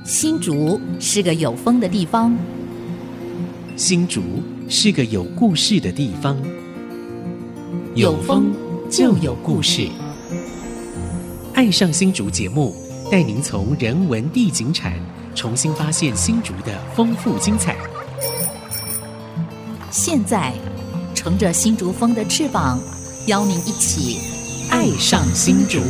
新竹是个有风的地方， 新竹是个有故事的地方，有风就有故事。爱上新竹节目，带您从人文地景产重新发现新竹的丰富精彩。 现在乘着新竹风的翅膀，邀您一起爱上新竹。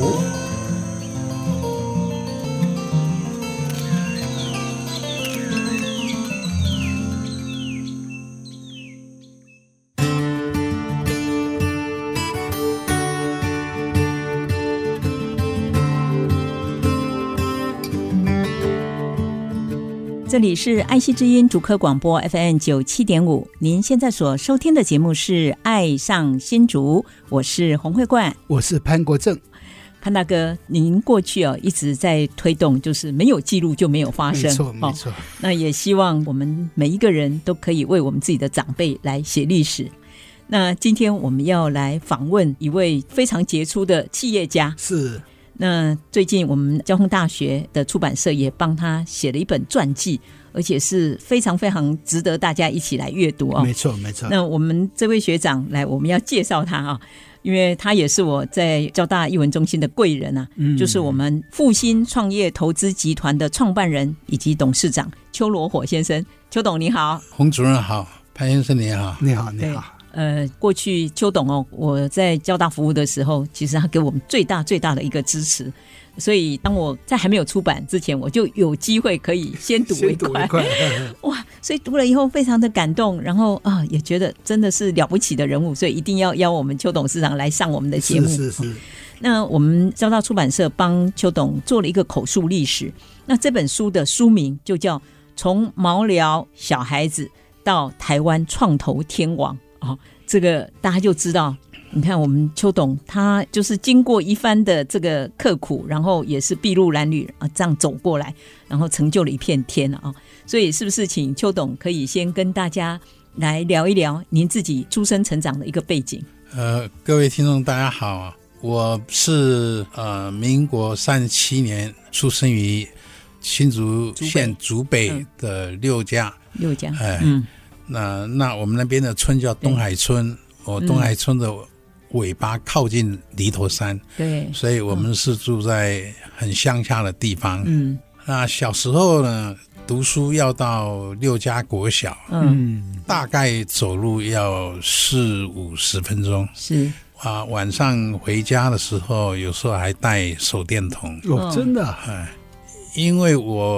这里是爱惜之音竹科广播 FM 97.5，您现在所收听的节目是爱上新竹，我是洪慧冠， 我是潘国正。 潘大哥，您过去一直在推动，就是没有记录就没有发生， 没错没错。 那也希望我们每一个人都可以为我们自己的长辈来写历史。那今天我们要来访问一位非常杰出的企业家， 是。 那最近我们交通大学的出版社也帮他写了一本传记，而且是非常非常值得大家一起来阅读没错没错。 那我们这位学长来，我们要介绍他因为他也是我在交大艺文中心的贵人就是我们复兴创业投资集团的创办人以及董事长邱罗火先生。邱董你好。 洪主任好，潘先生你好。你好你好。 过去邱董我在交大服务的时候，其实他给我们最大的一个支持，所以当我在还没有出版之前，我就有机会可以先睹为快哇！所以读了以后非常的感动，然后也觉得真的是了不起的人物，所以一定要邀我们邱董事长来上我们的节目。 是那我们交大出版社帮邱董做了一个口述历史，那这本书的书名就叫《从毛寮小孩子到台湾创投天王》。这个大家就知道，你看我们邱董他就是经过一番的这个刻苦，然后也是筚路蓝缕这样走过来，然后成就了一片天所以是不是请邱董可以先跟大家来聊一聊您自己出生成长的一个背景？ 各位听众大家好，我是民国37年出生于新竹县竹北的六家。那我们那边的村叫东海村，东海村的尾巴靠近犁头山，对，所以我们是住在很乡下的地方。那小时候呢，读书要到六家国小，大概走路要40-50分钟。是晚上回家的时候，有时候还带手电筒。真的？因为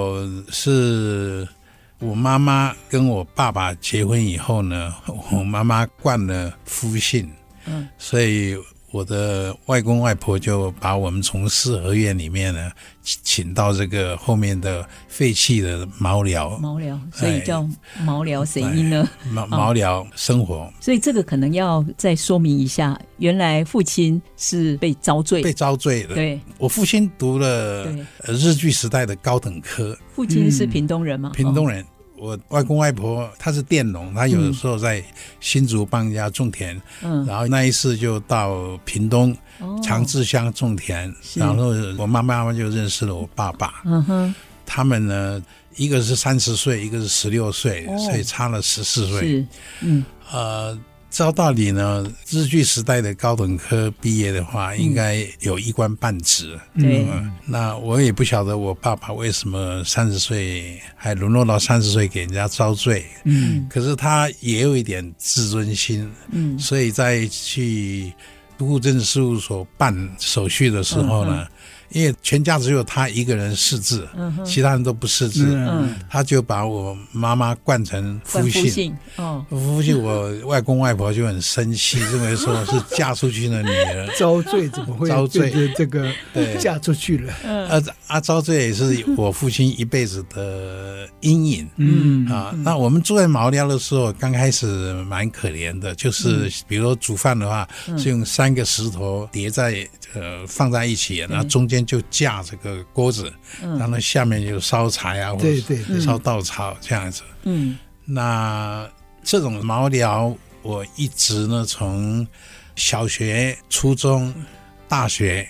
我妈妈跟我爸爸结婚以后呢，我妈妈惯了夫姓，所以我的外公外婆就把我们从四合院里面呢请到这个后面的废弃的毛寮， 所以叫毛寮谁因呢？ 毛寮生活。 所以这个可能要再说明一下，原来父亲是被遭罪的。对，我父亲读了日据时代的高等科。 父亲是屏东人吗？ 屏东人。我外公外婆他是佃农，他有的时候在新竹帮人家种田，然后那一次就到屏东长治乡种田，然后我妈妈就认识了我爸爸。他们呢，一个是30岁，一个是16岁，所以差了14岁。照道理呢，日据时代的高等科毕业的话，应该有一官半职。那我也不晓得我爸爸为什么30岁还沦落到30岁给人家遭罪。可是他也有一点自尊心。所以在去户政事务所办手续的时候呢，因为全家只有他一个人识字，其他人都不识字，他就把我妈妈冠成夫姓。夫姓，我外公外婆就很生气，认为说是嫁出去的女儿遭罪，怎么会遭罪？这个嫁出去了。 遭罪也是我父亲一辈子的阴影。那我们住在毛寮的时候，刚开始蛮可怜的，就是比如说煮饭的话，是用3个石头叠在放在一起，然后中间就架这个锅子，然后下面就烧柴或者烧稻草这样子。那这种毛寮，我一直呢从小学、初中、大学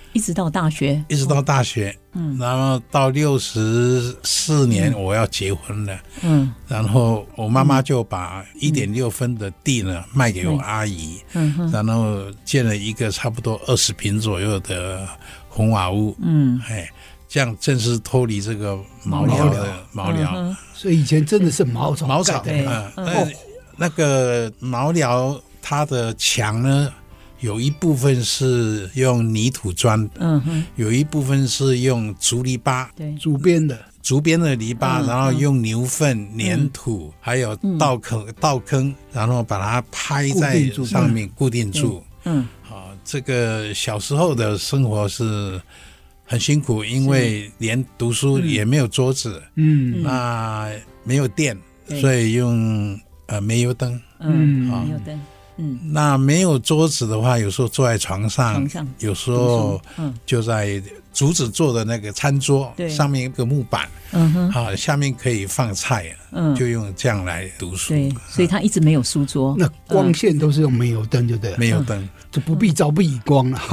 一直到大学， 然后到64年我要结婚了，然后我妈妈就把1.6分的地呢卖给我阿姨，然后建了一个差不多20坪左右的红瓦屋，这样正式脱离这个茅寮， 所以以前真的是茅草， 那个茅寮它的墙呢，有一部分是用泥土砖，有一部分是用竹篱笆， 竹编的篱笆，然后用牛粪、粘土，还有稻坑，然后把它拍在上面固定住。这个小时候的生活是很辛苦，因为连读书也没有桌子，那没有电，所以用煤油灯， 煤油灯。 那没有桌子的话，有时候坐在床上，有时候就在竹子做的那个餐桌上面一个木板，下面可以放菜，就用这样来读书。 对，所以他一直没有书桌。 那光线都是用煤油灯，就对了。 煤油灯就不必照不以光了。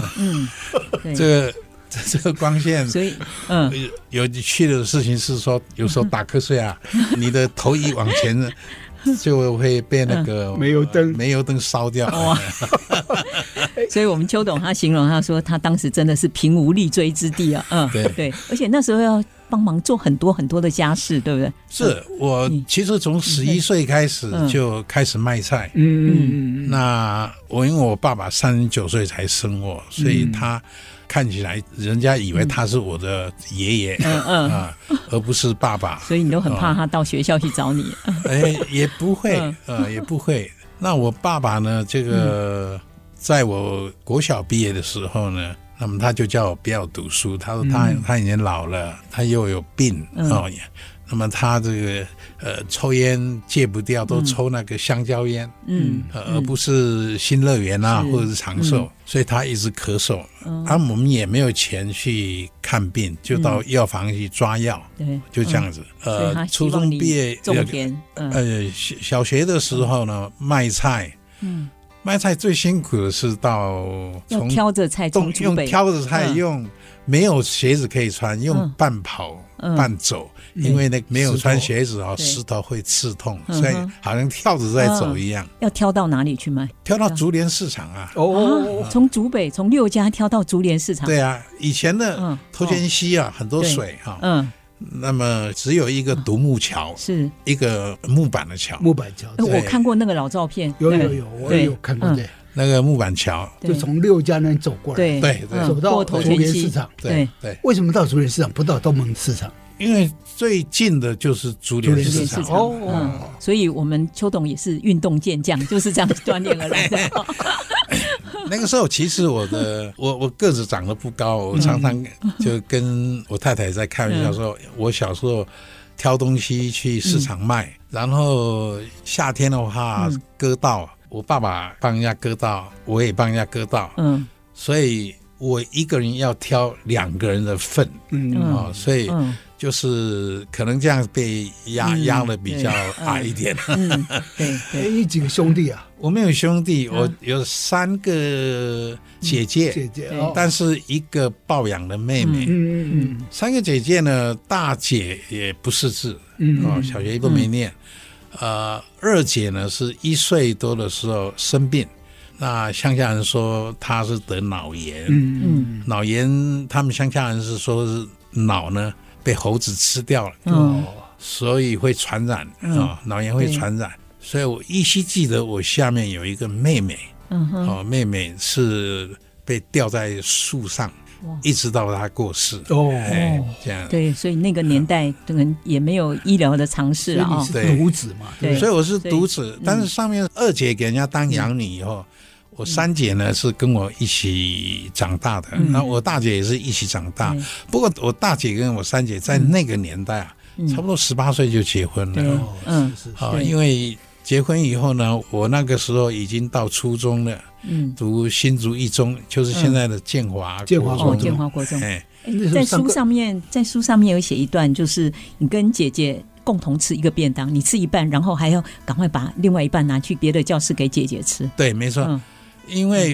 这个光线， 所以有趣的事情是说，有时候打瞌睡啊，你的头一往前就会被那个煤油灯烧掉。 所以我们邱董他形容他说，他当时真的是贫无立锥之地啊。对，而且那时候要帮忙做很多很多的家事，对不对？ 是我其实从11岁开始就开始卖菜。那因为我爸爸39岁才生我，所以他看起来人家以为他是我的爷爷，而不是爸爸， 所以你都很怕他到学校去找你。 也不会，也不会。那我爸爸呢？这个在我国小毕业的时候呢，那么他就叫我不要读书，他说他已经老了，他又有病那么他这个抽烟戒不掉，都抽那个香蕉烟，而不是新乐园啊或者是长寿，所以他一直咳嗽。我们也没有钱去看病，就到药房去抓药，就这样子。初中毕业种田， 小学的时候呢，卖菜，卖菜最辛苦的是要挑着菜从竹北， 用挑着菜用。没有鞋子可以穿，用半跑半走，因为那没有穿鞋子石头会刺痛，所以好像跳着在走一样。 要挑到哪里去卖？ 挑到竹联市场啊！ 从竹北从6家挑到竹联市场。 对啊，以前的头前溪啊，很多水那么只有一个独木桥， 是一个木板的桥。 我看过那个老照片， 有，我也有看过。 那个木板桥就从6家那走过来， 对， 走到竹联市场。 对， 为什么到竹联市场不到东门市场？ 因为最近的就是竹联市场。 所以我们邱董也是运动健将，就是这样锻炼而来的。 那个时候其实我个子长得不高，我常常就跟我太太在开玩笑说，我小时候挑东西去市场卖，然后夏天的话割稻。我爸爸帮人家割稻，我也帮人家割稻，所以我一个人要挑2个人的份，所以就是可能这样被压的比较矮一点。 对， 你几个兄弟啊？ 我没有兄弟，我有3个姐姐，但是一个抱养的妹妹。3个姐姐呢，大姐也不识字，小学都没念。二姐呢是1岁多的时候生病，那乡下人说她是得脑炎，脑炎他们乡下人是说是脑呢被猴子吃掉了，所以会传染，脑炎会传染，所以我依稀记得我下面有一个妹妹，妹妹是被吊在树上。一直到他过世这样。 对，所以那个年代可能也没有医疗的尝试啊。 所以你是独子嘛？ 对， 所以我是独子，但是上面2姐给人家当养女以后，我3姐呢是跟我一起长大的，然后我大姐也是一起长大。不过我大姐跟我3姐在那个年代啊，差不多18岁就结婚了。因为结婚以后呢，我那个时候已经到初中了。读新竹一中，就是现在的建华国中。在书上面有写一段，就是你跟姐姐共同吃一个便当，你吃一半，然后还要赶快把另外一半拿去别的教室给姐姐吃。 对，没错。因为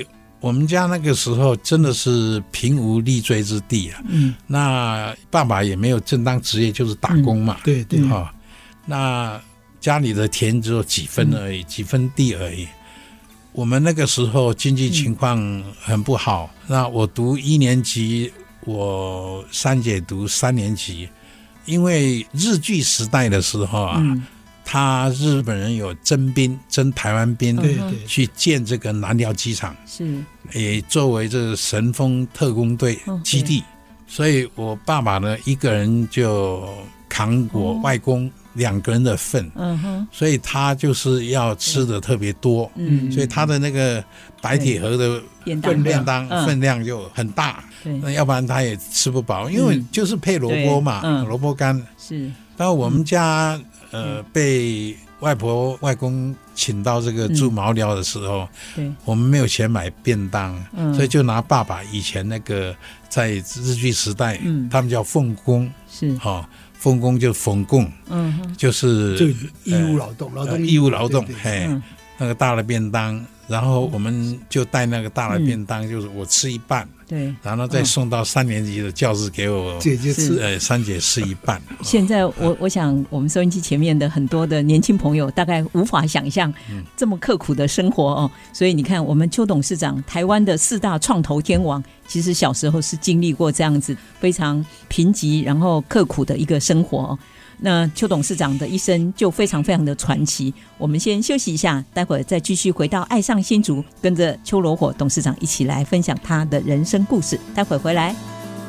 我们家那个时候真的是贫无立锥之地啊。那爸爸也没有正当职业，就是打工嘛。 对对。 那家里的田只有几分而已，几分地而已。我们那个时候经济情况很不好。那我读1年级，我3姐读3年级。因为日据时代的时候啊，日本人有征台湾兵，去建这个南寮机场，是也作为这个神风特工队基地。所以我爸爸呢，一个人就扛我外公2个人的份，所以他就是要吃的特别多，所以他的那个白铁盒的便当分量就很大，那要不然他也吃不饱，因为就是配萝卜嘛，萝卜干是。但我们家被外婆外公请到这个住茅寮的时候，我们没有钱买便当，所以就拿爸爸以前那个在日据时代，他们叫奉公，是奉公就奉贡，就是义务劳动， 义务劳动，那个大的便当，然后我们就带那个大的便当，就是我吃一半，对，然后再送到3年级的教室给我姐姐吃 ，3姐吃一半。 现在我想我们收音机前面的很多的年轻朋友大概无法想象这么刻苦的生活哦，所以你看我们邱董事长，台湾的4大创投天王，其实小时候是经历过这样子非常贫瘠然后刻苦的一个生活哦。那邱董事长的一生就非常非常的传奇。我们先休息一下，待会儿再继续回到爱上新竹，跟着邱罗火董事长一起来分享他的人生故事。待会儿回来。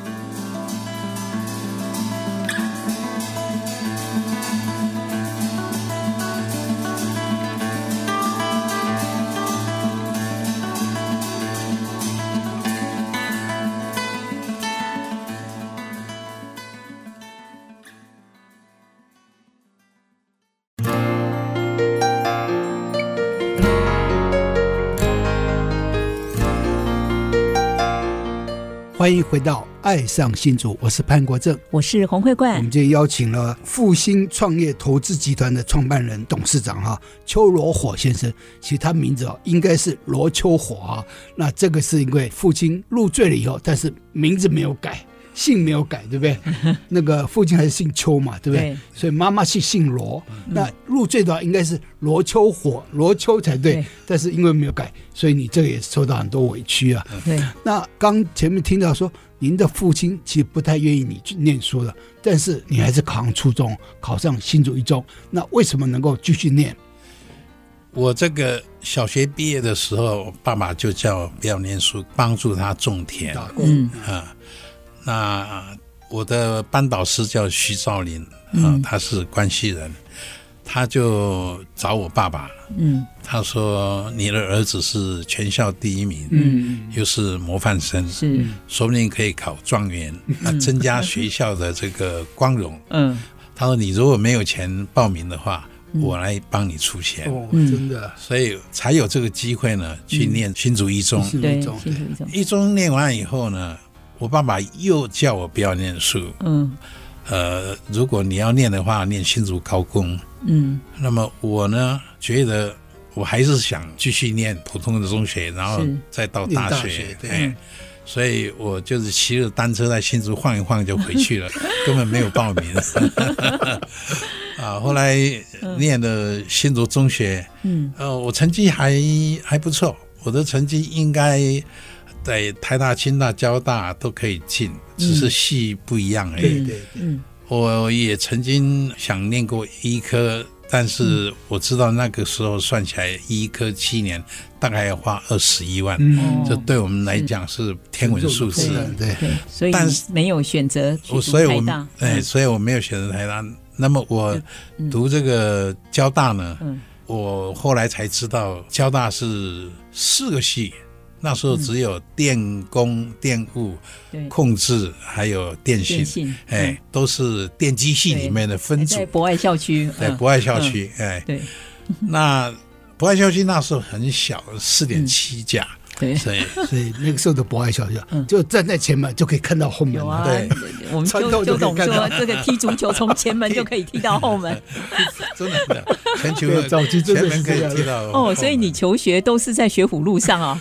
欢迎回到爱上新竹，我是潘国正， 我是洪慧冠。 我们今天邀请了复兴创业投资集团的创办人董事长邱罗火先生，其实他名字应该是罗秋火那这个是因为父亲入赘了以后，但是名字没有改，姓没有改，对不对？那个父亲还是姓邱嘛，对不对？所以妈妈是姓罗，那入赘的话应该是罗秋火，罗秋才对，但是因为没有改，所以你这个也受到很多委屈啊。对。那刚前面听到说，您的父亲其实不太愿意你去念书了，但是你还是考上初中，考上新竹一中，那为什么能够继续念？ 我这个小学毕业的时候，爸爸就叫我不要念书，帮助他种田。那我的班导师叫徐兆林，他是关西人，他就找我爸爸，他说你的儿子是全校第1名，又是模范生，说不定可以考状元，增加学校的这个光荣。他说你如果没有钱报名的话，我来帮你出钱。 真的， 所以才有这个机会呢，去念新竹一中。一中念完以后呢，我爸爸又叫我不要念书，如果你要念的话，念新竹高工。那么我呢，觉得我还是想继续念普通的中学，然后再到大学。所以我就是骑着单车在新竹晃一晃就回去了，根本没有报名。后来念了新竹中学，我成绩还不错，我的成绩应该在台大、清大、交大都可以进，只是系不一样而已。我也曾经想念过医科，但是我知道那个时候算起来医科7年大概要花21万，这对我们来讲是天文数字。 对，所以没有选择去读台大。 所以我没有选择台大。那么我读这个交大呢，我后来才知道交大是4个系。那时候只有电工、电务、控制还有电信，都是电机系里面的分组。 在博爱校区， 在博爱校区，对。那博爱校区那时候很小，4.7甲。 对， 所以那个时候的博爱校区，就站在前门就可以看到后门。 对，我们就懂说这个踢足球从前门就可以踢到后门。 真的，全球早期前门可以踢到。 所以你求学都是在学府路上啊？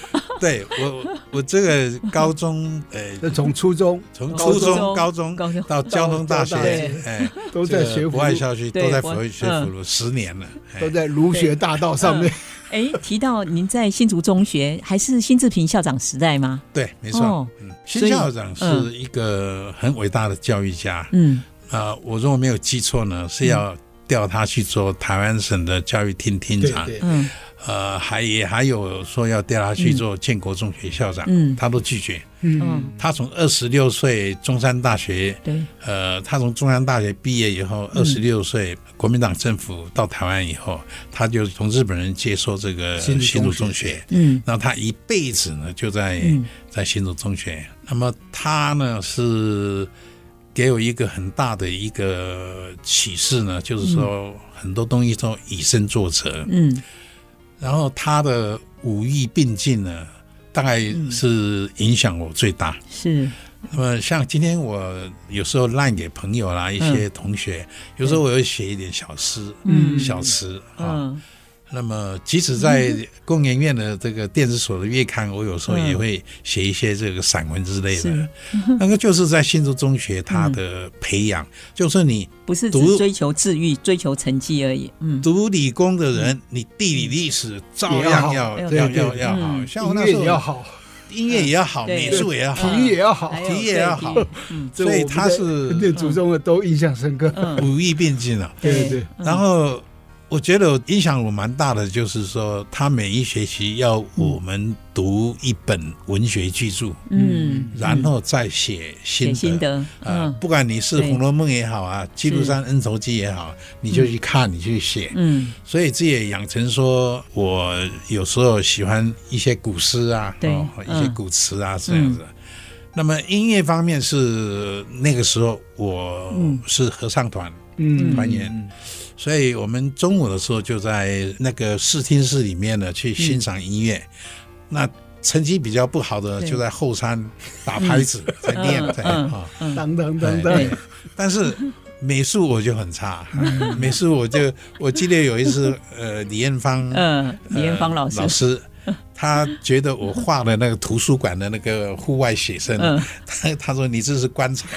对我这个高中从初中高中到交通大学， 都在学博爱校区，都在学辅路10年了， 都在儒学大道上面。 提到您在新竹中学，还是辛志平校长时代吗？ 对，没错。辛校长是一个很伟大的教育家。我如果没有记错呢，是要调他去做台湾省的教育厅厅长。还有说要调他去做建国中学校长，他都拒绝。他从26岁中山大学，他从中山大学毕业以后，26岁国民党政府到台湾以后，他就从日本人接受这个新竹中学。然后他一辈子呢就在新竹中学。那么他呢是给我一个很大的一个启示呢，就是说很多东西都以身作则。然后他的武艺并进呢，大概是影响我最大。是。那么像今天我有时候赖给朋友啦，一些同学，有时候我会写一点小诗、小词啊。那么即使在工研院的这个电子所的月刊，我有时候也会写一些这个散文之类的。那个就是在新竹中学他的培养，就是你不是只追求智育、追求成绩而已。 读理工的人，你地理历史照样要好，像我那时候要好。音乐也要好，美术也要好， 体育也要好， 体育也要好，所以他是对祖宗的都印象深刻， 武艺并进了。对。然后我觉得影响我蛮大的，就是说他每一学期要我们读一本文学巨著，然后再写心得。不管你是《红楼梦》也好啊，《基督山恩仇记》也好，你就去看，你去写。所以这也养成说，我有时候喜欢一些古诗啊，一些古词啊这样子。那么音乐方面是那个时候我是合唱团团员。所以我们中午的时候就在那个视听室里面呢去欣赏音乐，那成绩比较不好的就在后山打拍子在练， 当。 但是美术我就很差，美术我记得有一次李艳芳老师他觉得我画的那个图书馆的那个户外写生，他说你这是棺材。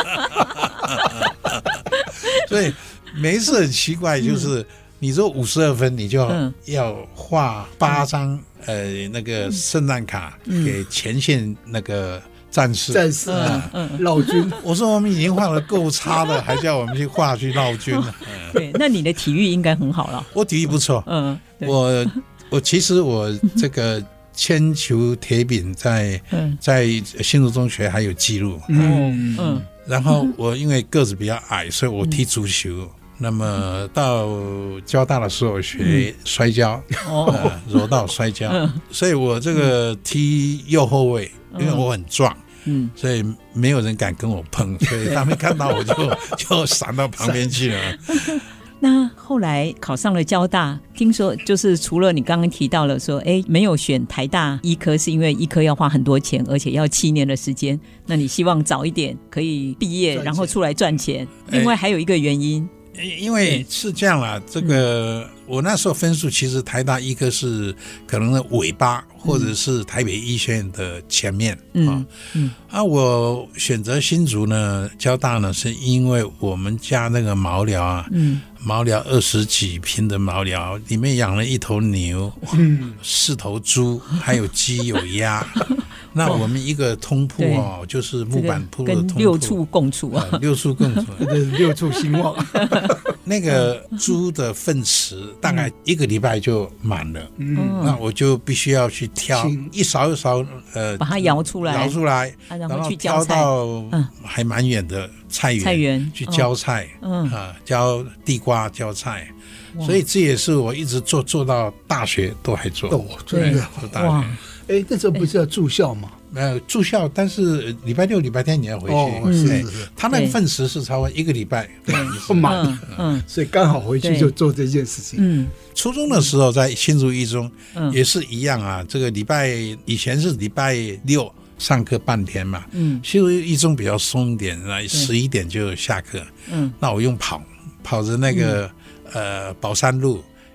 所以每一次很奇怪，就是你说52分，你就要画8张那个圣诞卡给前线那个战士绕军。 我说我们已经画得够差了，还叫我们去画去绕军了。 对，那你的体育应该很好了。 我体育不错。我其实我这个铅球铁饼在新竹中学还有记录。然后我因为个子比较矮，所以我踢足球。那么到交大的时候学摔跤，柔道摔跤，所以我这个踢右后卫，因为我很壮，所以没有人敢跟我碰，所以他们看到我就闪到旁边去了。 那后来考上了交大，听说就是除了你刚刚提到了说没有选台大医科，是因为医科要花很多钱，而且要7年的时间，那你希望早一点可以毕业然后出来赚钱。另外还有一个原因， 因为是这样啦，这个我那时候分数其实台大医科是可能的尾巴，或者是台北医学院的前面。我选择新竹呢，交大呢，是因为我们家那个茅寮啊，茅寮20几坪的茅寮，里面养了1头牛，4头猪，还有鸡有鸭。那我们一个通铺就是木板铺的通铺， 跟6处共处啊 ，6处共处 ，6处兴旺。 那个猪的粪池大概1个礼拜就满了，那我就必须要去挑一勺一勺， 把它摇出来， 然后去挑到还蛮远的菜园去浇菜，浇地瓜、浇菜，所以这也是我一直做到大学都还做。 真的哇！那时候不是要住校吗？ 住校，但是礼拜6、礼拜天你要回去。是。他那个粪池是超过1个礼拜不满，所以刚好回去就做这件事情。 初中的时候在新竹一中也是一样啊，这个以前是礼拜6上课半天嘛，新竹一中比较松一点，11点就下课。那我用跑着那个宝山路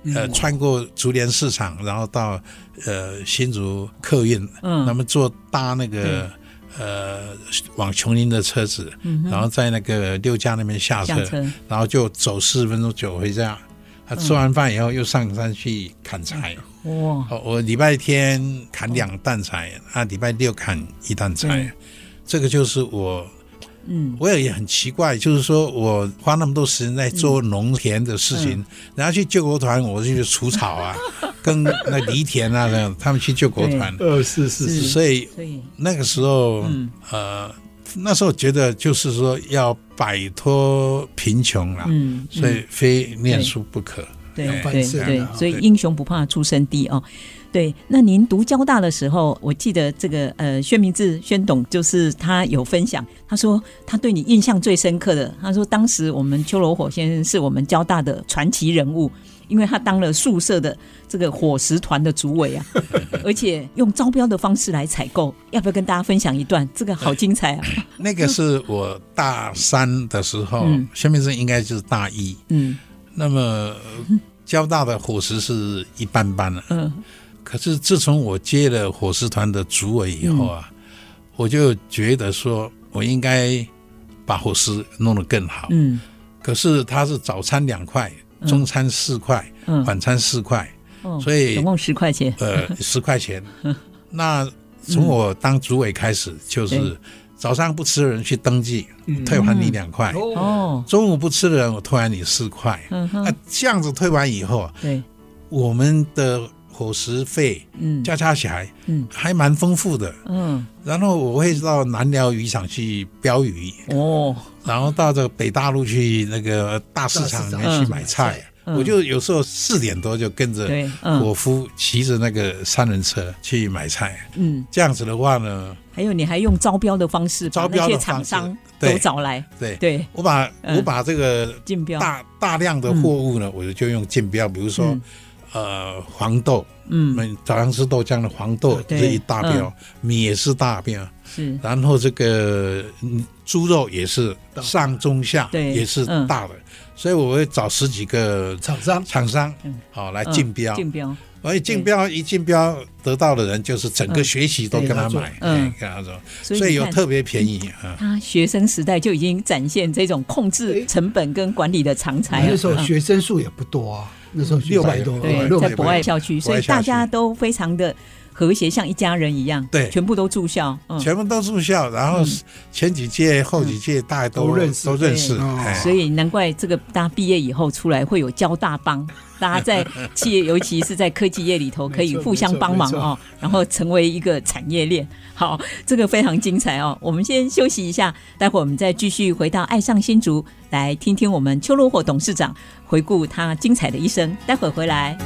穿过竹联市场，然后到新竹客运，那么坐搭那个往琼林的车子，然后在那个六家那边下车，然后就走40分钟就回家。吃完饭以后又上山去砍柴。哇！我礼拜天砍2担柴，礼拜六砍1担柴。这个就是我也很奇怪，就是说我花那么多时间在做农田的事情，然后去救国团，我就去除草啊，跟那犁田啊，他们去救国团。 是， 所以那个时候，那时候觉得就是说要摆脱贫穷了，所以非念书不可。 对，所以英雄不怕出身低哦。对，那您读交大的时候，我记得这个薛明志薛董就是他有分享，他说他对你印象最深刻的，他说当时我们邱罗火先生是我们交大的传奇人物，因为他当了宿舍的这个伙食团的主委啊，而且用招标的方式来采购，要不要跟大家分享一段？这个好精彩啊！ 那个是我大3的时候，薛明志应该就是大1，那么交大的伙食是一般般了，可是自从我接了伙食团的主委以后啊，我就觉得说我应该把伙食弄得更好。可是它是早餐2块，中餐4块，晚餐4块，所以总共10块钱。 10块钱。那从我当主委开始，就是早上不吃的人去登记，退还你2块。中午不吃的人，我退还你4块。这样子退完以后，我们的伙食费加起来还蛮丰富的。然后我会到南寮渔场去标鱼，然后到这个北大陆去那个大市场里面去买菜。我就有时候4点多就跟着伙夫骑着那个3轮车去买菜。这样子的话呢， 还有你还用招标的方式把那些厂商都找来。对， 我把这个大量的货物呢，我就用竞标，比如说黄豆，早上吃豆浆的黄豆是一大标，米也是大标，然后这个猪肉也是上中下也是大的，所以我会找10几个厂商好来竞标。而竞标得到的人就是整个学期都跟他买，跟他说，所以有特别便宜。 他学生时代就已经展现这种控制成本跟管理的长才。 那时候学生数也不多啊，那时候600多， 对，在博爱校区，所以大家都非常的和谐，像一家人一样， 对， 全部都住校， 全部都住校，然后前几届、后几届大家都认识， 所以难怪这个大家毕业以后出来会有交大帮。大家在企业，尤其是在科技业里头，可以互相帮忙哦，然后成为一个产业链。好，这个非常精彩哦。我们先休息一下，待会儿我们再继续回到爱上新竹，来听听我们邱罗火董事长回顾他精彩的一生。待会儿回来。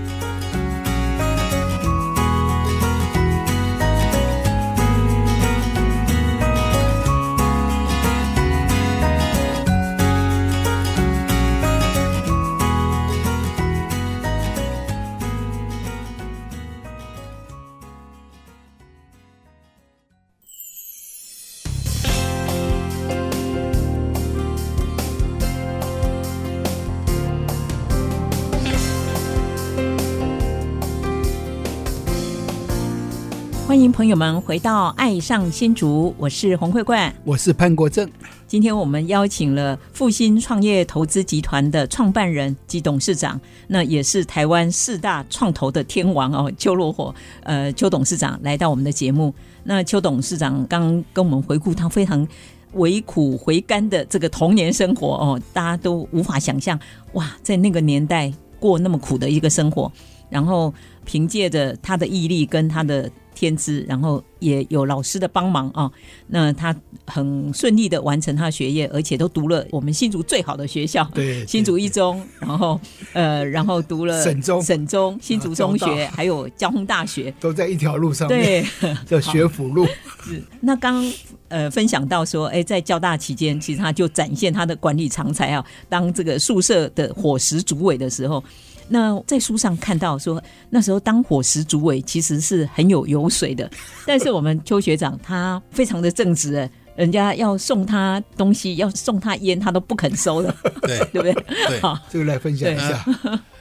欢迎朋友们回到爱上新竹，我是洪慧冠， 我是潘国正。 今天我们邀请了复兴创业投资集团的创办人及董事长，那也是台湾4大创投的天王哦，邱罗火邱董事长来到我们的节目。那邱董事长刚跟我们回顾他非常为苦回甘的这个童年生活哦，大家都无法想象哇，在那个年代过那么苦的一个生活，然后凭借着他的毅力跟他的天资，然后也有老师的帮忙啊，那他很顺利的完成他的学业，而且都读了我们新竹最好的学校， 对， 新竹一中，然后读了省中、新竹中学，还有交通大学， 都在一条路上面，对，叫学府路。 是，那刚分享到说，在交大期间，其实他就展现他的管理长才啊，当这个宿舍的伙食主委的时候。那在书上看到说，那时候当伙食主委其实是很有油水的，但是我们邱学长他非常的正直，人家要送他东西，要送他烟，他都不肯收的， 对， 对不对？ 对， 好，这个来分享一下。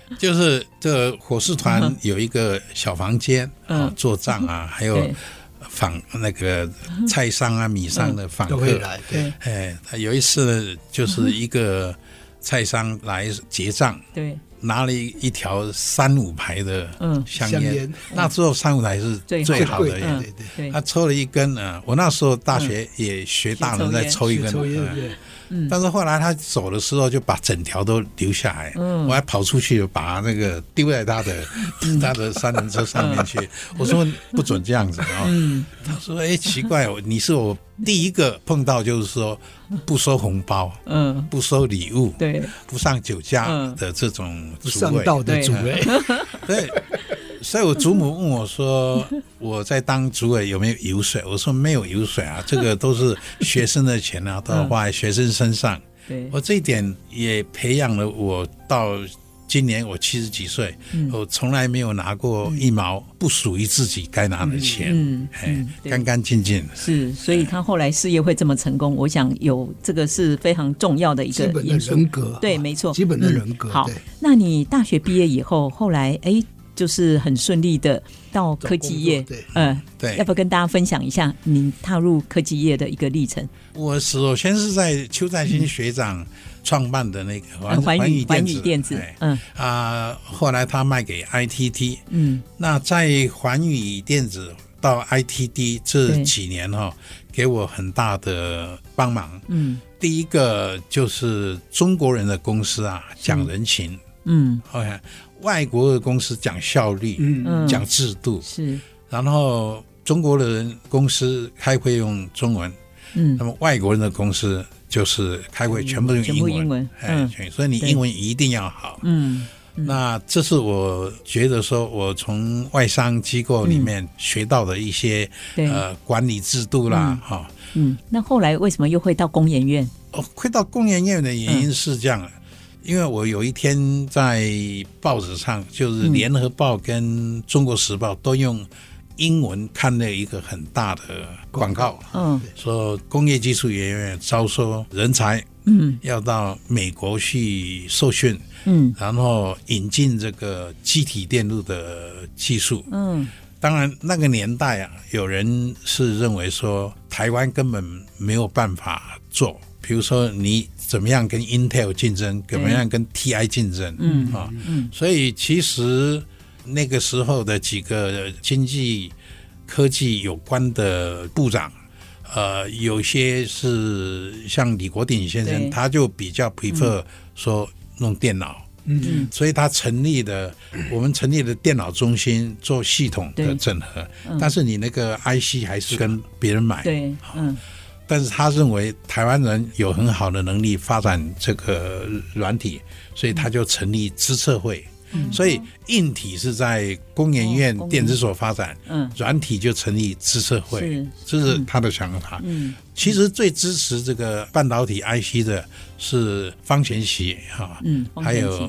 就是这个伙食团有一个小房间做账啊，还有访那个菜商啊、米商的访客来。对， 他有一次呢，就是一个菜商来结账， 对， 拿了一条3-5牌的香烟，那时候3-5牌是最好的烟， 对， 他抽了一根我那时候大学也学大人在抽一根，但是后来他走的时候就把整条都留下来，我还跑出去把那个丢在他的三轮车上面去，我说不准这样子他说奇怪，你是我第一个碰到就是说不收红包，不收礼物， 对， 不上酒家的这种不上道的主委， 对。所以我祖母问我说我在当主委有没有油水，我说没有油水啊，这个都是学生的钱啊，都要花在学生身上。我这一点也培养了我到今年我70几岁，我从来没有拿过一毛不属于自己该拿的钱，干干净净。 是，所以他后来事业会这么成功，我想有这个是非常重要的一个因素， 基本的人格， 对，没错， 基本的人格。 好，那你大学毕业以后，后来就是很顺利的到科技业， 对， 要不要跟大家分享一下你踏入科技业的一个历程？ 我首先是在邱在新学长创办的那个环宇电子， 后来他卖给 ITT，那在环宇电子到 ITT 这几年给我很大的帮忙。第一个就是中国人的公司讲人情，OK，外国的公司讲效率，讲制度， 是， 然后中国人公司开会用中文，那么外国人的公司就是开会全部用英文，所以你英文一定要好。那这是我觉得说我从外商机构里面学到的一些管理制度啦， 那后来为什么又会到工研院？ 会到工研院的原因是这样，因为我有一天在报纸上，就是联合报跟中国时报都用英文看了一个很大的广告，说工业技术研究院招收人才，要到美国去受训，然后引进这个机体电路的技术。当然那个年代有人是认为说台湾根本没有办法做，比如说你怎么样跟 Intel 竞争，怎么样跟 TI 竞争，所以其实那个时候的几个经济科技有关的部长，有些是像李国鼎先生，他就比较 prefer 说弄电脑，所以我们成立了电脑中心做系统的整合，但是你那个 IC 还是跟别人买， 对， 但是他认为台湾人有很好的能力发展这个软体，所以他就成立资策会，所以硬体是在工研院电子所发展，软体就成立资策会，这是他的想法。其实最支持这个半导体 IC 的是方贤习还有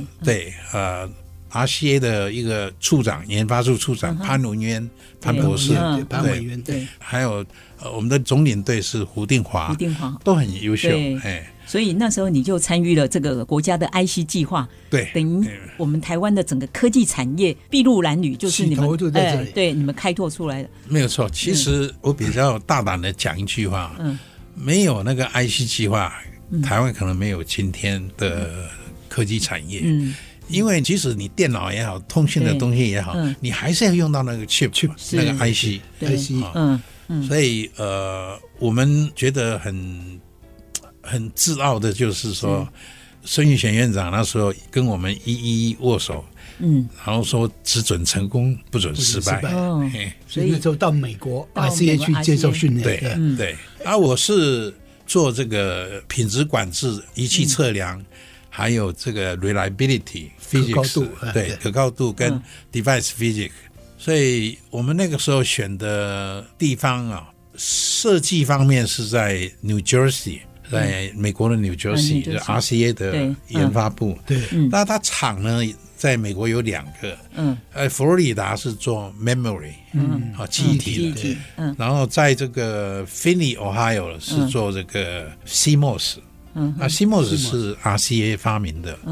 RCA 的一个处长，研发处处长潘文渊潘博士， 对， 还有我们的总领队是胡定华都很优秀。 所以那时候你就参与了这个国家的 IC 计划， 对， 等于我们台湾的整个科技产业筚路蓝缕，就是你们对你们开拓出来的。 没有错，其实我比较大胆的讲一句话，没有那个 IC 计划，台湾可能没有今天的科技产业。因为即使你电脑也好，通讯的东西也好，你还是要用到那个 chip 那个 IC，所以我们觉得很自傲的就是说，孙运璇院长那时候跟我们一握手，然后说只准成功不准失败， 所以那时候到美国 RCA 去接受训练， 对，我是做这个品质管制、仪器测量，还有这个 reliability physics， 对，可靠度跟 device physics， 所以我们那个时候选的地方设计方面是在 New Jersey， 在美国的 New Jersey， 就是 RCA 的研发部。那它厂呢，在美国有2个，佛罗里达是做 memory， 记忆体的，然后在这个 Finney Ohio 是做这个 CMOS。CMOS 是 RCA 发明的，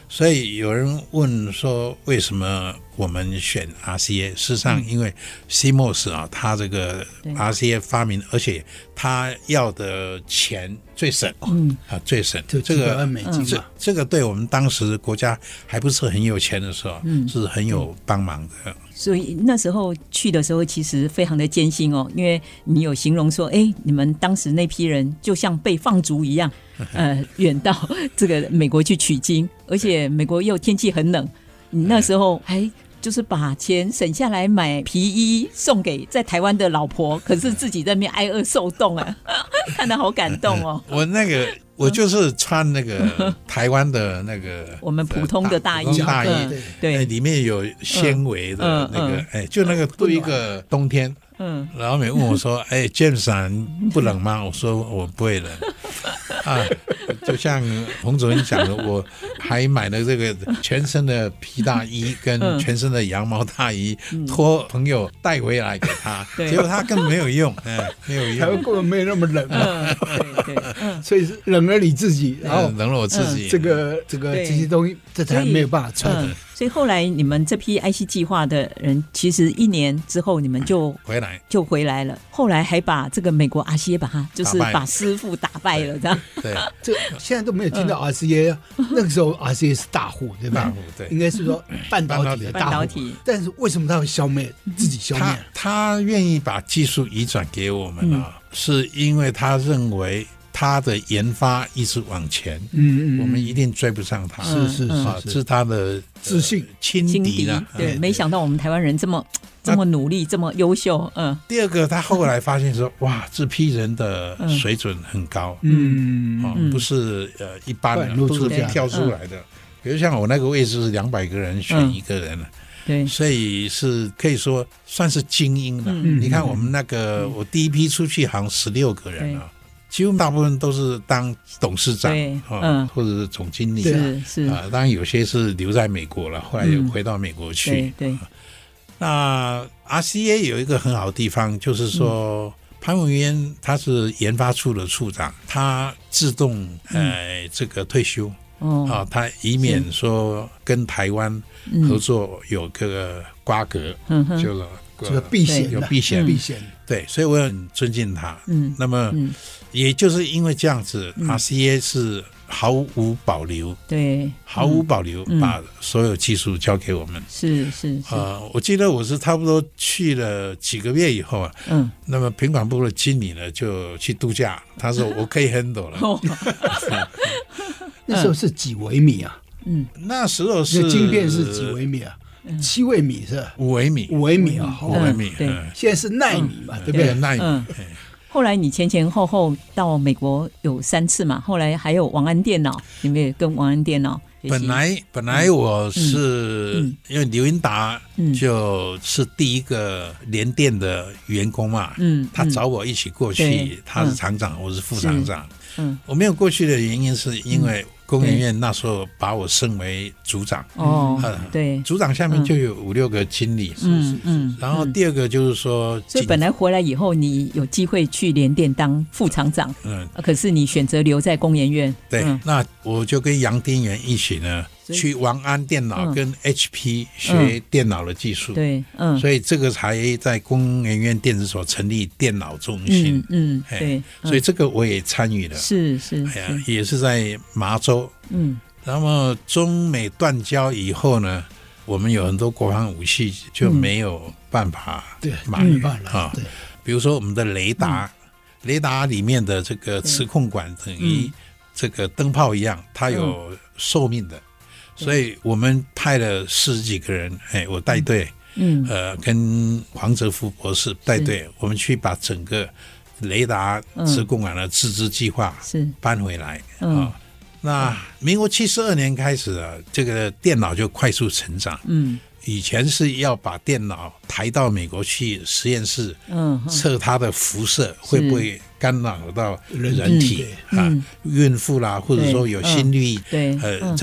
所以有人问说，为什么我们选 RCA？ 事实上，因为 CMOS 啊，它这个 RCA 发明，而且它要的钱最省，最省。 这个美金嘛， 这个对我们当时国家还不是很有钱的时候，是很有帮忙的。 所以那时候去的时候，其实非常的艰辛哦，因为你有形容说，你们当时那批人就像被放逐一样，远到这个美国去取经，而且美国又天气很冷，你那时候还就是把钱省下来买皮衣送给在台湾的老婆，可是自己在那边挨饿受冻啊，看得好感动哦。 我就是穿那个台湾的那个我们普通的大衣， 对，里面有纤维的那个，就那个对一个冬天。然后每问我说：“James 你不冷吗？”我说：“我不会冷。”就像洪主任讲的，我还买了这个全身的皮大衣跟全身的羊毛大衣，托朋友带回来给他，结果他根本没有用，没有用， 台湾根本没有那么冷，所以是冷了你自己，然后冷了我自己， 这些东西这才没有办法穿。 所以后来你们这批 IC 计划的人，其实1年之后你们就回来了。后来还把这个美国 RCA 把师傅打败了，这样。 对， 这现在都没有听到 RCA，那个时候 RCA 是大户，对吧？ 对， 应该是说半导体的大户。但是为什么他会自己消灭？ 他愿意把技术移转给我们啊，是因为他认为他的研发一直往前，我们一定追不上他，这是他的自信轻敌了。 对，没想到我们台湾人这么努力，这么优秀。 第二个，他后来发现说，哇，这批人的水准很高，不是一般的，都是跳出来的。比如像我那个位置是200个人选1个人了。 对， 所以是可以说算是精英了。你看我们那个，我第一批出去好像16个人啊。几乎大部分都是当董事长或者是总经理当然有些是留在美国了，后来又回到美国去。对，那 RCA 有一个很好的地方，就是说潘文渊他是研发处的处长，他自动这个退休他以免说跟台湾合作有个瓜葛，就这个避险有避险。对，所以我很尊敬他。那么也就是因为这样子，RCA 是毫无保留，把所有技术交给我们。 是我记得我是差不多去了几个月以后啊，那么品管部的经理呢就去度假，他说我可以 handle 了。 那时候是几微米啊？ 那时候是晶片是几微米啊？7微米是吧？5 微米 ，5微米啊 ，5微米。 对， 现在是奈米嘛，对不对？ 奈米。 后来你前后到美国有3次嘛，后来还有王安电脑，你们也跟王安电脑。 本来我是因为刘英达就是第一个联电的员工嘛，他找我一起过去，他是厂长，我是副厂长。我没有过去的原因是因为工研院那时候把我升为组长， 对， 组长下面就有5-6个经理，然后第二个就是说， 所以本来回来以后你有机会去联电当副厂长，可是你选择留在工研院， 对，那我就跟杨丁元一起呢去王安电脑跟 HP 学电脑的技术， 对， 所以这个才在工研院电子所成立电脑中心， 对， 所以这个我也参与了， 是， 也是在麻州，那么中美断交以后呢，我们有很多国防武器就没有办法买了，比如说我们的雷达里面的这个磁控管等于这个灯泡一样，它有寿命的。所以我们派了40几个人，我带队，跟黄哲夫博士带队，我们去把整个雷达磁控管的自制计划搬回来。那民国72年开始啊，这个电脑就快速成长。以前是要把电脑抬到美国去实验室，测它的辐射会不会干扰到人体孕妇啦，或者说有心律对，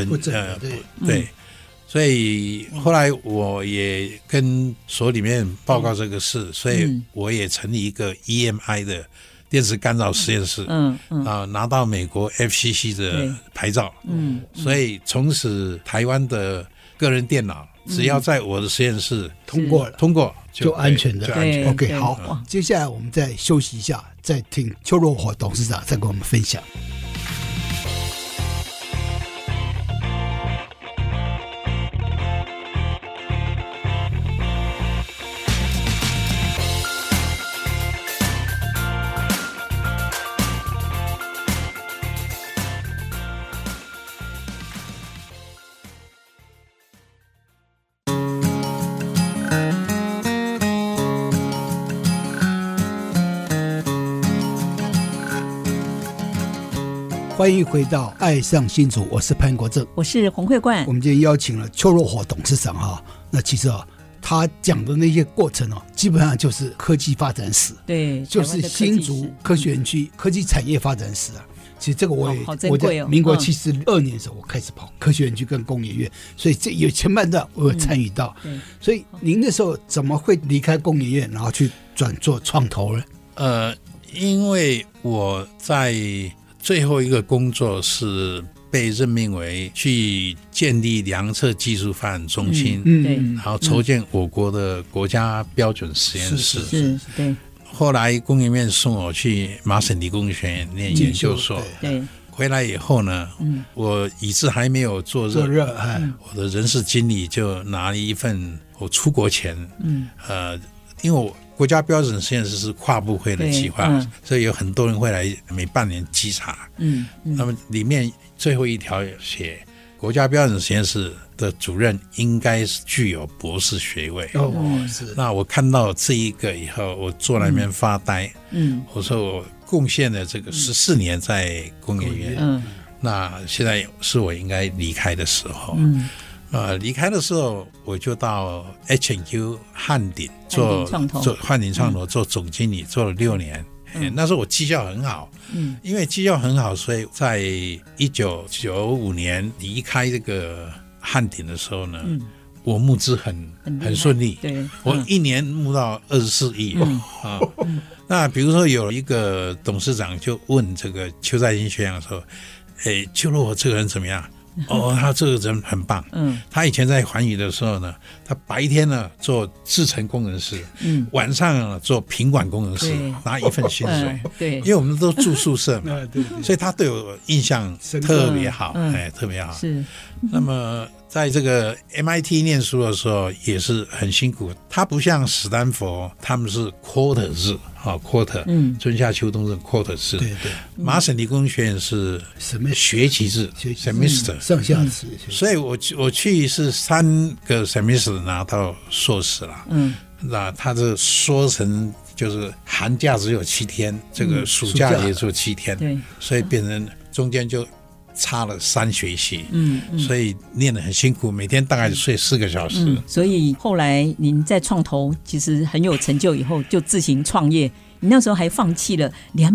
所以后来我也跟所里面报告这个事，所以我也成立一个 EMI 的电磁干扰实验室，拿到美国 FCC 的牌照，所以从此台湾的个人电脑只要在我的实验室通过就安全的。OK， 好，接下来我们再休息一下，再听邱若火董事长再跟我们分享。欢迎回到爱上新竹，我是潘国正， 我是洪慧冠。 我们今天邀请了邱若火董事长哈，那其实他讲的那些过程基本上就是科技发展史， 对， 就是新竹科学园区科技产业发展史啊。其实这个我在民国72年的时候，我开始跑科学园区跟工研院，所以这有前半段我有参与到。所以您那时候怎么会离开工研院，然后去转做创投呢？ 因为我在最后一个工作是被任命为去建立量测技术发展中心，然后筹建我国的国家标准实验室。 对。 后来工研院送我去麻省理工学院念研究所，对。回来以后呢，我椅子还没有坐热，我的人事经理就拿了一份我出国前，因为我国家标准实验室是跨部会的计划，所以有很多人会来每半年稽查。那么里面最后一条写，国家标准实验室的主任应该是具有博士学位。是。那我看到这一个以后，我坐在那边发呆。我说我贡献了这个14年在工研院，那现在是我应该离开的时候。离开的时候我就到 H&Q 汉鼎做汉鼎创投做总经理，做了6年。那时候我绩效很好，因为绩效很好，所以在1995年离开这个汉鼎的时候呢，我募资很顺利，我1年募到24亿。那比如说有一个董事长就问这个邱在新学长说，邱若火这个人怎么样？他这个人很棒。他以前在环宇的时候呢，他白天呢做制程工程师，晚上做品管工程师，拿一份薪水。对，因为我们都住宿舍嘛，所以他对我印象特别好，特别好。是。那么在这个 MIT 念书的时候也是很辛苦，他不像史丹佛，他们是 quarter 制，quarter，春夏秋冬是 quarter 制。对。麻省理工学院是学期制 ，semester 上下制。 所以我去是3个 semester 拿到硕士了。那他这说成就是寒假只有7天，这个暑假也只有7天，对，所以变成中间就差了3学期，所以念得很辛苦，每天大概睡4个小时。 所以后来您在创投其实很有成就以后，就自行创业。你那时候还放弃了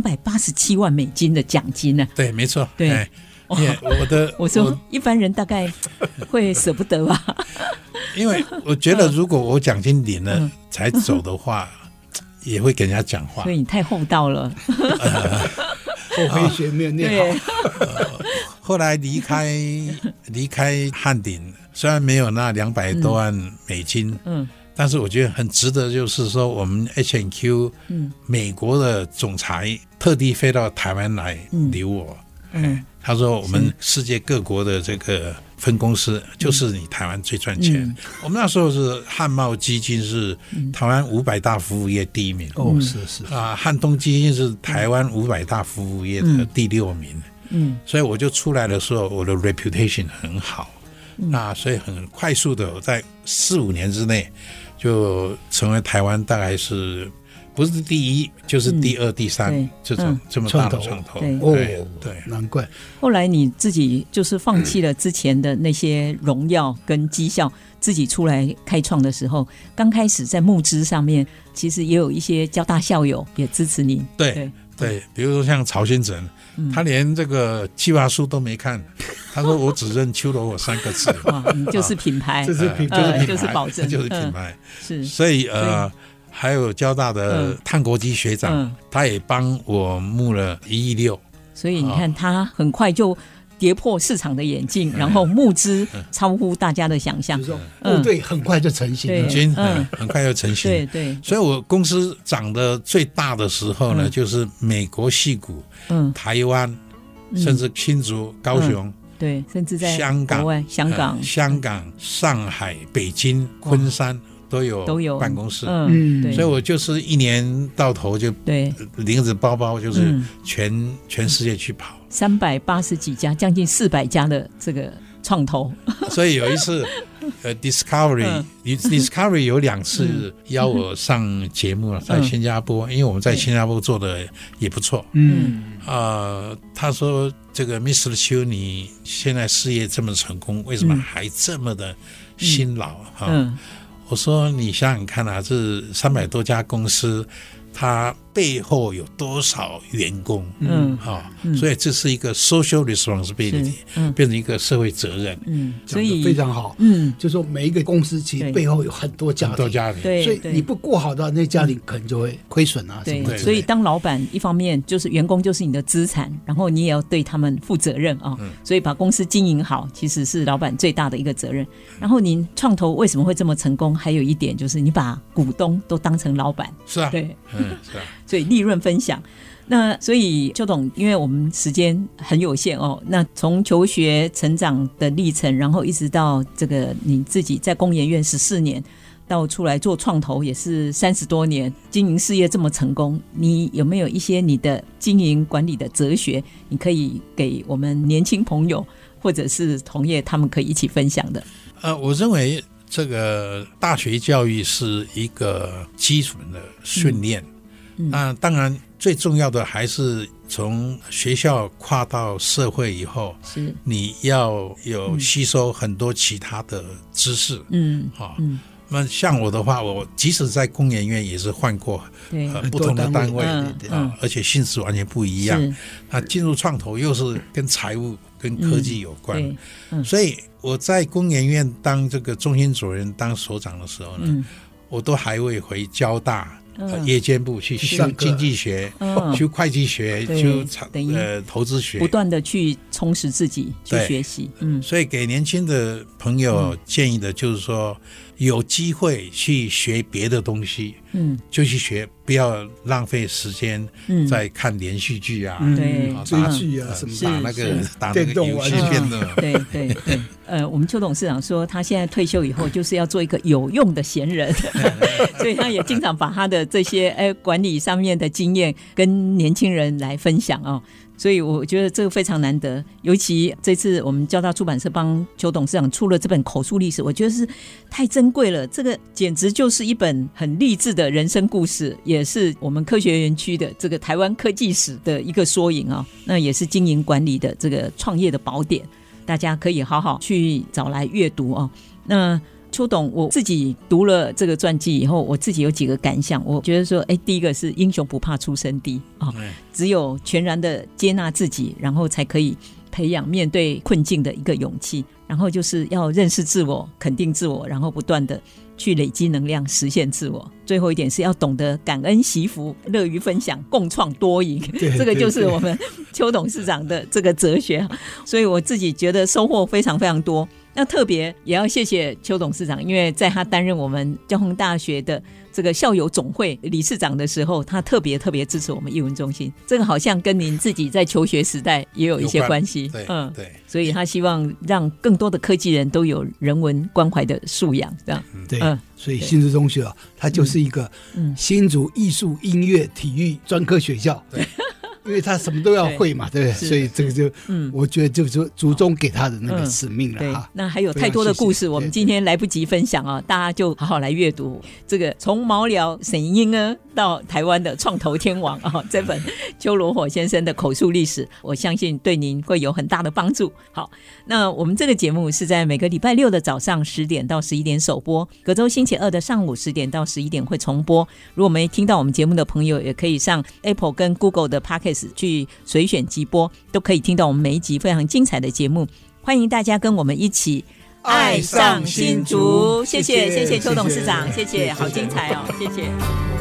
287万美金的奖金呢？ 对，没错。 对，我说一般人大概会舍不得吧。 因为我觉得如果我奖金领了才走的话，也会给人家讲话。 所以你太厚道了。 后悔学没有念好。 后来离开汉鼎，虽然没有那200多万美金，但是我觉得很值得，就是说我们 H&Q 美国的总裁特地飞到台湾来留我。他说我们世界各国的这个分公司就是你台湾最赚钱。我们那时候是汉茂基金是台湾500大服务业第1名。 是汉东基金是台湾500大服务业的第6名。所以我就出来的时候，我的 reputation 很好。那所以很快速的，我在4-5年之内就成为台湾大概是不是第1就是第2、第3这种这么大的创投。对， 难怪。 后来你自己就是放弃了之前的那些荣耀跟绩效，自己出来开创的时候，刚开始在募资上面，其实也有一些交大校友也支持你。 对，比如说像曹先生，他连这个计划书都没看，他说我只认邱若火3个字。 哇，你就是品牌， 就是就是保证， 就是品牌。 是， 所以还有交大的碳国基学长，他也帮我募了1亿6， 所以你看他很快就跌破市场的眼镜，然后募资超乎大家的想象， 就是说对，很快就成型了， 很快就成型。 对对， 所以我公司长得最大的时候呢，就是美国矽谷、台湾，甚至新竹、高雄， 对，甚至在香港、香港、上海、北京、昆山都有办公室。所以我就是一年到头就拎着包包，就是全世界去跑。 380几家，将近400家的这个创投。 所以有一次Discovery 有2次邀我上节目了，在新加坡，因为我们在新加坡做的也不错。他说这个 Mr. 邱，你现在事业这么成功，为什么还这么的辛劳？我说你想想看啊，这300多家公司，它背后有多少员工？所以这是一个 social responsibility，变成一个社会责任。 所以非常好。就说每一个公司其实背后有很多家庭，所以你不顾好的那家庭可能就会亏损啊什么的。 所以当老板一方面就是员工就是你的资产，然后你也要对他们负责任啊。所以把公司经营好，其实是老板最大的一个责任。然后您创投为什么会这么成功？还有一点就是你把股东都当成老板。 是啊， 对， 是啊。 所以利润分享。那所以邱董，因为我们时间很有限那从求学成长的历程，然后一直到这个你自己在工研院14年，到出来做创投也是30多年，经营事业这么成功，你有没有一些你的经营管理的哲学，你可以给我们年轻朋友或者是同业他们可以一起分享的？ 我认为这个大学教育是一个基础的训练。那当然最重要的还是从学校跨到社会以后，你要有吸收很多其他的知识。那像我的话，我即使在工研院也是换过不同的单位，而且性质完全不一样。那进入创投又是跟财务跟科技有关，所以我在工研院当这个中心主任当所长的时候呢，我都还会回交大夜间部去修经济学，修会计学，修投资学， 不断的去充实自己，去学习。 所以给年轻的朋友建议的就是说，有机会去学别的东西，就去学，不要浪费时间在看连续剧啊， 追剧啊什么打那个游戏片的。 对。我们邱董事长说，他现在退休以后就是要做一个有用的闲人，所以他也经常把他的这些管理上面的经验跟年轻人来分享所以我觉得这个非常难得，尤其这次我们交大出版社帮邱董事长出了这本口述历史，我觉得是太珍贵了，这个简直就是一本很励志的人生故事，也是我们科学园区的这个台湾科技史的一个缩影那也是经营管理的这个创业的宝典，大家可以好好去找来阅读那邱董，我自己读了这个传记以后，我自己有几个感想。我觉得说第一个是英雄不怕出身低只有全然的接纳自己，然后才可以培养面对困境的一个勇气，然后就是要认识自我，肯定自我，然后不断的去累积能量，实现自我。最后一点是要懂得感恩惜福，乐于分享，共创多赢，这个就是我们邱董事长的这个哲学。所以我自己觉得收获非常非常多。那特别也要谢谢邱董事长，因为在他担任我们交通大学的这个校友总会理事长的时候，他特别支持我们艺文中心，这个好像跟您自己在求学时代也有一些关系。 对， 所以他希望让更多的科技人都有人文关怀的素养，这样。 对，所以新竹中学它就是一个新竹艺术、音乐、体育专科学校。对。因为他什么都要会嘛，对不对？所以这个就我觉得就是祖宗给他的那个使命了那还有太多的故事，我们今天来不及分享大家就好好来阅读这个从毛寮沈婴儿到台湾的创投天王这本邱罗火先生的口述历史，我相信对您会有很大的帮助。好，那我们这个节目是在每个礼拜六的早上10点到11点首播，隔周星期二的上午10点到11点会重播。如果没听到我们节目的朋友，也可以上 Apple 跟 Google 的 Podcast去随选即播，都可以听到我们每一集非常精彩的节目。欢迎大家跟我们一起爱上新竹。谢谢邱董事长，谢谢，好精彩哦，谢谢。